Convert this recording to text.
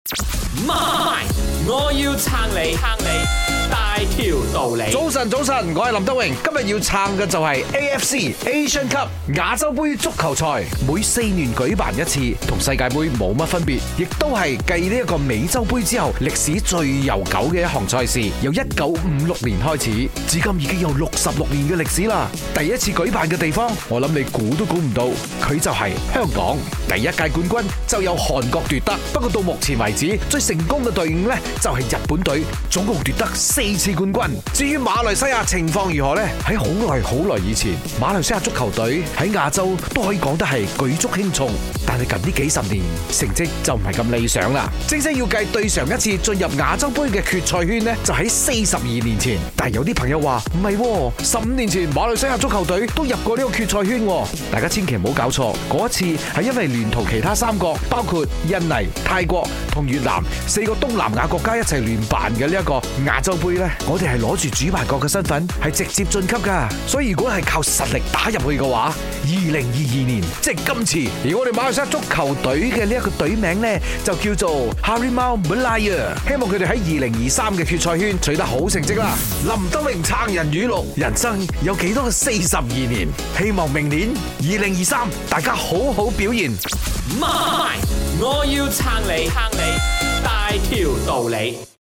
媽，我要撐你大條道理。 早晨，我係林德榮，今日要撐嘅就係 AFC Asian Cup 亞洲盃足球賽，每4年舉辦一次，同世界盃冇乜分別，亦都係繼呢一個美洲盃之後歷史最悠久嘅一項賽事，由1956年開始，至今已經有66年嘅歷史啦。第一次舉辦嘅地方，我諗你估都估唔到，佢就係香港。第一屆冠軍就由韓國奪得，不過到目前為止最成功嘅隊伍呢，就係日本隊，總共奪得4次冠軍。至於馬來西亞情況如何呢？喺好耐以前，馬來西亞足球隊喺亞洲都可以講得係舉足輕重，但係近呢幾十年成績就唔係咁理想啦。正式要計對上一次進入亞洲盃嘅決賽圈呢，就喺42年前。但係有啲朋友話唔係，15年前馬來西亞足球隊都入過呢個決賽圈。大家千祈唔好搞錯，嗰一次係因為聯同其他3國，包括印尼、泰國同越南4個東南亞國家一齊聯辦嘅呢一個亞洲盃呢，我哋係攞住主辦國嘅身份，係直接晉級噶。所以如果係靠實力打入去嘅話，2022年即係今次，而我哋馬來西亞足球隊嘅呢一個隊名呢，就叫做 Harimau Melaya。希望佢哋喺2023嘅決賽圈取得好成績啦。林德榮撐人語錄：人生有幾多個42年？希望明年2023大家好好表現。 媽，我要撐你大條道理。